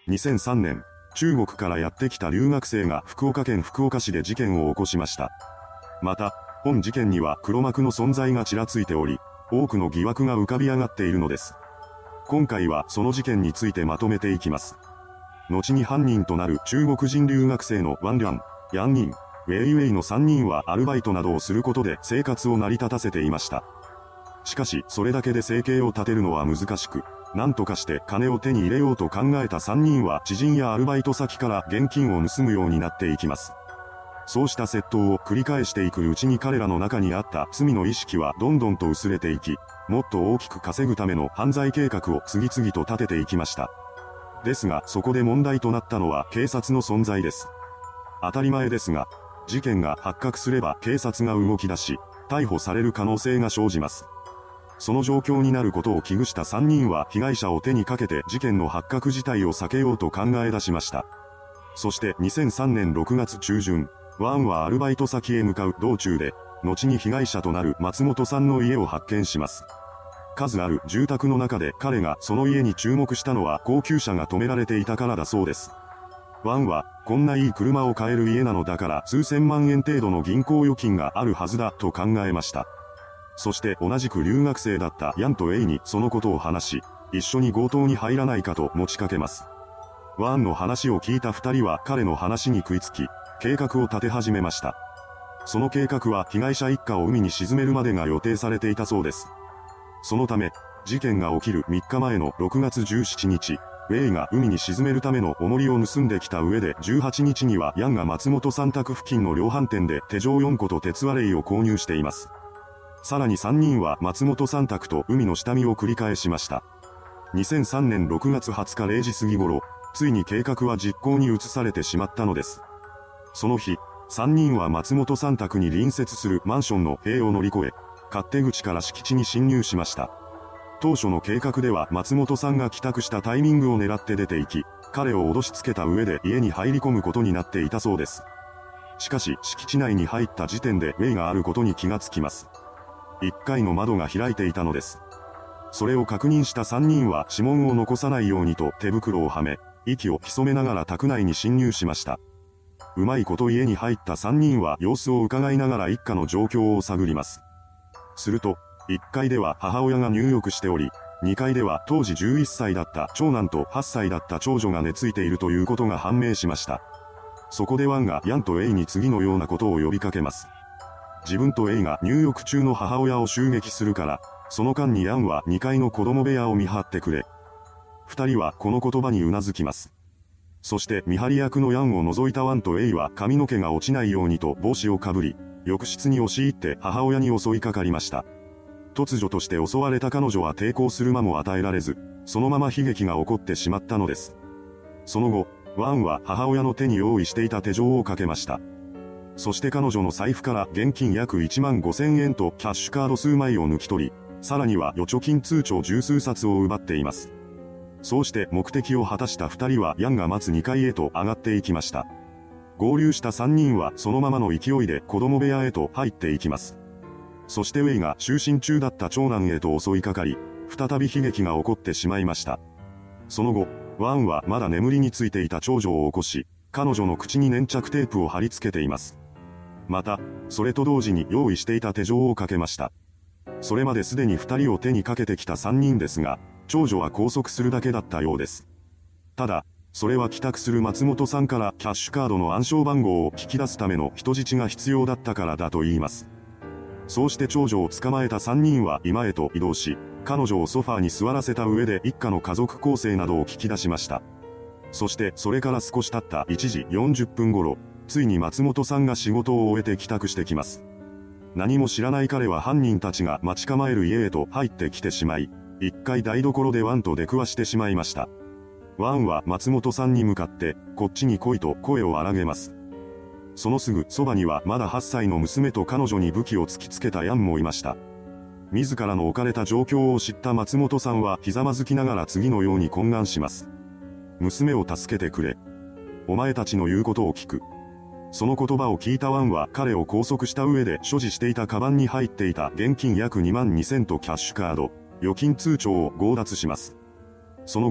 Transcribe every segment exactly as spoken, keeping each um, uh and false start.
にせんさんねん、中国からやってきた留学生が福岡県福岡市で事件を起こしました。また、本事件には黒幕の存在がちらついており、多くの疑惑が浮かび上がっているのです。今回はその事件についてまとめていきます。後に犯人となる中国人留学生のワン・リャン、ヤン・ニン、ウェイウェイのさんにんはアルバイトなどをすることで生活を成り立たせていました。しかし、それだけで生計を立てるのは難しく、何とかして金を手に入れようと考えたさんにんは知人やアルバイト先から現金を盗むようになっていきます。そうした窃盗を繰り返していくうちに彼らの中にあった罪の意識はどんどんと薄れていき、もっと大きく稼ぐための犯罪計画を次々と立てていきました。ですが、そこで問題となったのは警察の存在です。当たり前ですが、事件が発覚すれば警察が動き出し、逮捕される可能性が生じます。その状況になることを危惧したさんにんは被害者を手にかけて事件の発覚自体を避けようと考え出しました。そしてにせんさんねんろくがつちゅうじゅん、ワンはアルバイト先へ向かう道中で、後に被害者となる松本さんの家を発見します。数ある住宅の中で彼がその家に注目したのは高級車が止められていたからだそうです。ワンは、こんないい車を買える家なのだから数千万円程度の銀行預金があるはずだと考えました。そして同じく留学生だったヤンとウェイにそのことを話し、一緒に強盗に入らないかと持ちかけます。ワンの話を聞いた二人は彼の話に食いつき、計画を立て始めました。その計画は被害者一家を海に沈めるまでが予定されていたそうです。そのため、事件が起きるみっかまえのろくがつじゅうしちにち、ウェイが海に沈めるための重りを盗んできた上でじゅうはちにちにはヤンが松本さん宅付近の量販店で手錠よんこと鉄割れを購入しています。さらにさんにんは松本さん宅と海の下見を繰り返しました。にせんさんねんろくがつはつかれいじ過ぎ頃、ついに計画は実行に移されてしまったのです。その日、さんにんは松本さん宅に隣接するマンションの塀を乗り越え、勝手口から敷地に侵入しました。当初の計画では松本さんが帰宅したタイミングを狙って出て行き、彼を脅しつけた上で家に入り込むことになっていたそうです。しかし敷地内に入った時点でウェイがあることに気がつきます。いっかいの窓が開いていたのです。それを確認したさんにんは指紋を残さないようにと手袋をはめ、息を潜めながら宅内に侵入しました。うまいこと家に入ったさんにんは様子を伺いながら一家の状況を探ります。すると、いっかいでは母親が入浴しており、にかいでは当時じゅういっさいだった長男とはっさいだった長女が寝ついているということが判明しました。そこでワンがヤンとウェイに次のようなことを呼びかけます。自分とウェイが入浴中の母親を襲撃するから、その間にヤンはにかいの子供部屋を見張ってくれ。二人はこの言葉にうなずきます。そして見張り役のヤンを除いたワンとウェイは髪の毛が落ちないようにと帽子をかぶり、浴室に押し入って母親に襲いかかりました。突如として襲われた彼女は抵抗する間も与えられず、そのまま悲劇が起こってしまったのです。その後、ワンは母親の手に用意していた手錠をかけました。そして彼女の財布から現金約いちまんごせんえんとキャッシュカード数枚を抜き取り、さらには預貯金通帳十数冊を奪っています。そうして目的を果たした二人はヤンが待つにかいへと上がっていきました。合流したさんにんはそのままの勢いで子供部屋へと入っていきます。そしてウェイが就寝中だった長男へと襲いかかり、再び悲劇が起こってしまいました。その後、ワンはまだ眠りについていた長女を起こし、彼女の口に粘着テープを貼り付けています。また、それと同時に用意していた手錠をかけました。それまですでに二人を手にかけてきた三人ですが、長女は拘束するだけだったようです。ただ、それは帰宅する松本さんからキャッシュカードの暗証番号を聞き出すための人質が必要だったからだと言います。そうして長女を捕まえた三人は居間へと移動し、彼女をソファーに座らせた上で一家の家族構成などを聞き出しました。そしてそれから少し経ったいちじよんじゅっぷん頃、ついに松本さんが仕事を終えて帰宅してきます。何も知らない彼は犯人たちが待ち構える家へと入ってきてしまい、一回台所でワンと出くわしてしまいました。ワンは松本さんに向かって、こっちに来いと声を荒げます。そのすぐそばにはまだはっさいの娘と彼女に武器を突きつけたヤンもいました。自らの置かれた状況を知った松本さんはひざまずきながら次のように懇願します。娘を助けてくれ。お前たちの言うことを聞く。その言葉を聞いたワンは彼を拘束した上で所持していたカバンに入っていた現金約にまんにせんとキャッシュカード、預金通帳を強奪します。その後、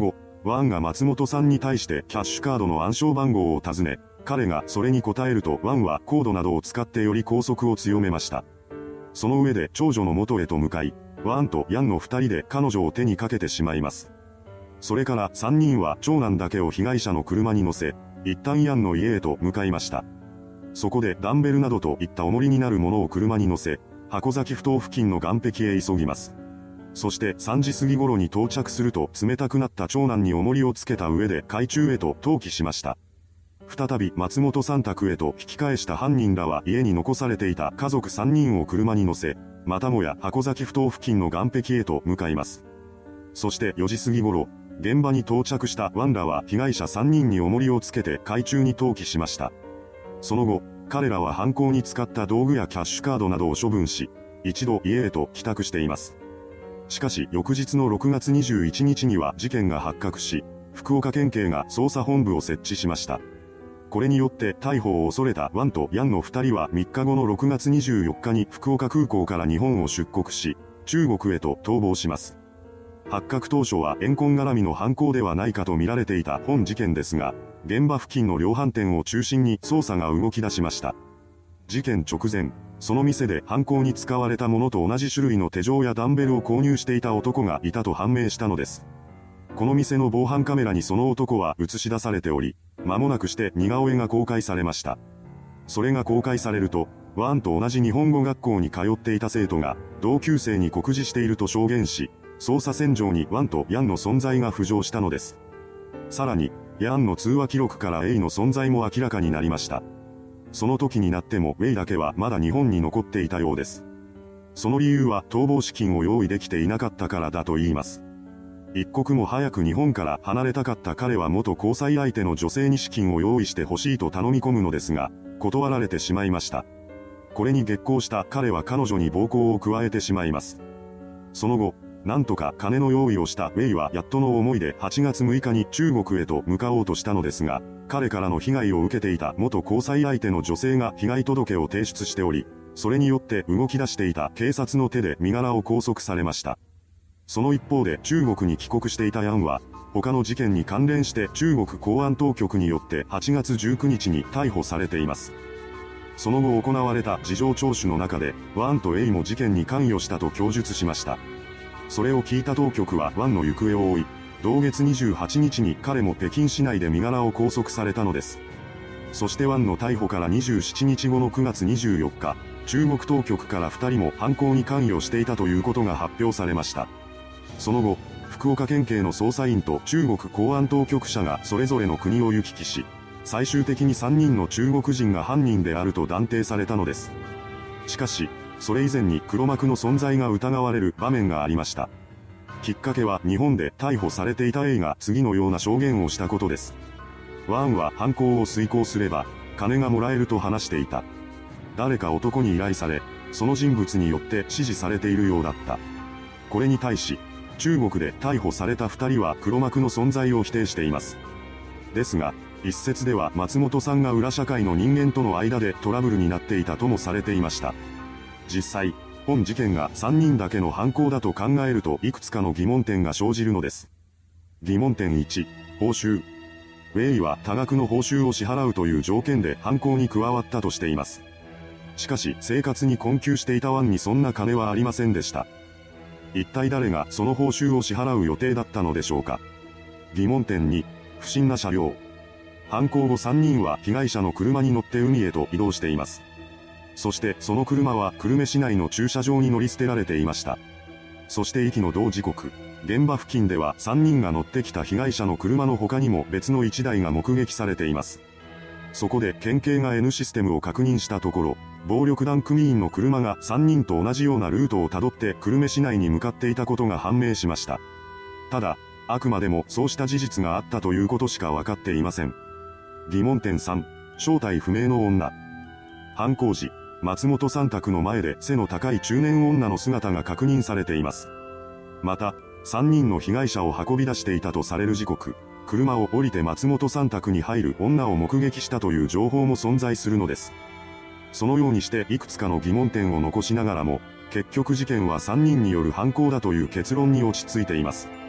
ワンが松本さんに対してキャッシュカードの暗証番号を尋ね、彼がそれに答えるとワンはコードなどを使ってより拘束を強めました。その上で長女の元へと向かい、ワンとヤンの二人で彼女を手にかけてしまいます。それから三人は長男だけを被害者の車に乗せ、一旦ヤンの家へと向かいました。そこでダンベルなどといった重りになるものを車に乗せ、箱崎埠頭付近の岸壁へ急ぎます。そしてさんじ過ぎ頃に到着すると冷たくなった長男に重りをつけた上で海中へと投棄しました。再び松本さん宅へと引き返した犯人らは家に残されていた家族さんにんを車に乗せ、またもや箱崎埠頭付近の岸壁へと向かいます。そしてよじ過ぎ頃、現場に到着したワンらは被害者さんにんに重りをつけて海中に投棄しました。その後、彼らは犯行に使った道具やキャッシュカードなどを処分し、一度家へと帰宅しています。しかし翌日のろくがつにじゅういちにちには事件が発覚し、福岡県警が捜査本部を設置しました。これによって逮捕を恐れたワンとヤンのふたりはみっかごのろくがつにじゅうよっかに福岡空港から日本を出国し、中国へと逃亡します。発覚当初は怨恨絡みの犯行ではないかと見られていた本事件ですが、現場付近の量販店を中心に捜査が動き出しました。事件直前、その店で犯行に使われたものと同じ種類の手錠やダンベルを購入していた男がいたと判明したのです。この店の防犯カメラにその男は映し出されており、間もなくして似顔絵が公開されました。それが公開されると、ワンと同じ日本語学校に通っていた生徒が、同級生に酷似していると証言し、捜査線上にワンとヤンの存在が浮上したのです。さらに、ヤンの通話記録からエイの存在も明らかになりました。その時になってもウェイだけはまだ日本に残っていたようです。その理由は逃亡資金を用意できていなかったからだと言います。一刻も早く日本から離れたかった彼は元交際相手の女性に資金を用意してほしいと頼み込むのですが、断られてしまいました。これに激高した彼は彼女に暴行を加えてしまいます。その後、なんとか金の用意をしたウェイはやっとの思いではちがつむいかに中国へと向かおうとしたのですが、彼からの被害を受けていた元交際相手の女性が被害届を提出しており、それによって動き出していた警察の手で身柄を拘束されました。その一方で中国に帰国していたヤンは、他の事件に関連して中国公安当局によってはちがつじゅうくにちに逮捕されています。その後行われた事情聴取の中で、ワンとエイも事件に関与したと供述しました。それを聞いた当局はワンの行方を追い、同月にじゅうはちにちに彼も北京市内で身柄を拘束されたのです。そしてワンの逮捕からにじゅうしちにちごのくがつにじゅうよっか、中国当局からふたりも犯行に関与していたということが発表されました。その後、福岡県警の捜査員と中国公安当局者がそれぞれの国を行き来し、最終的にさんにんの中国人が犯人であると断定されたのです。しかし、それ以前に黒幕の存在が疑われる場面がありました。きっかけは日本で逮捕されていたエイが次のような証言をしたことです。ワンは犯行を遂行すれば、金がもらえると話していた。誰か男に依頼され、その人物によって指示されているようだった。これに対し、中国で逮捕されたふたりは黒幕の存在を否定しています。ですが、一説では松本さんが裏社会の人間との間でトラブルになっていたともされていました。実際、本事件がさんにんだけの犯行だと考えるといくつかの疑問点が生じるのです。疑問点いち、報酬。ウェイは多額の報酬を支払うという条件で犯行に加わったとしています。しかし生活に困窮していたワンにそんな金はありませんでした。一体誰がその報酬を支払う予定だったのでしょうか。疑問点に、不審な車両。犯行後さんにんは被害者の車に乗って海へと移動しています。そしてその車は久留米市内の駐車場に乗り捨てられていました。そして遺棄の同時刻、現場付近ではさんにんが乗ってきた被害者の車の他にも別のいちだいが目撃されています。そこで県警が N システムを確認したところ、暴力団組員の車がさんにんと同じようなルートをたどって久留米市内に向かっていたことが判明しました。ただ、あくまでもそうした事実があったということしか分かっていません。疑問点さん、正体不明の女。犯行時、松本さん宅の前で背の高い中年女の姿が確認されています。また、さんにんの被害者を運び出していたとされる時刻、車を降りて松本さん宅に入る女を目撃したという情報も存在するのです。そのようにしていくつかの疑問点を残しながらも、結局事件はさんにんによる犯行だという結論に落ち着いています。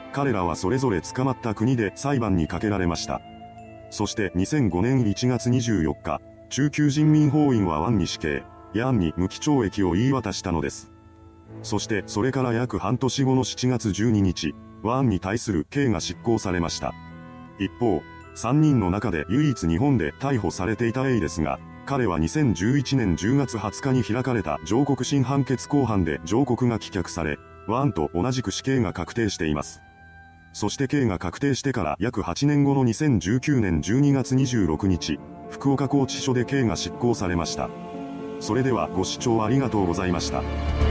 彼らはそれぞれ捕まった国で裁判にかけられました。そしてにせんごねんいちがつにじゅうよっか、中級人民法院はワンに死刑、ヤンに無期懲役を言い渡したのです。そしてそれから約半年後のしちがつじゅうににち、ワンに対する刑が執行されました。一方、さんにんの中で唯一日本で逮捕されていたエイですが、彼はにせんじゅういちねんじゅうがつはつかに開かれた上告審判決公判で上告が棄却され、ワンと同じく死刑が確定しています。そして刑が確定してから約はちねんごのにせんじゅうきゅうねんじゅうにがつにじゅうろくにち、福岡拘置所で刑が執行されました。それではご視聴ありがとうございました。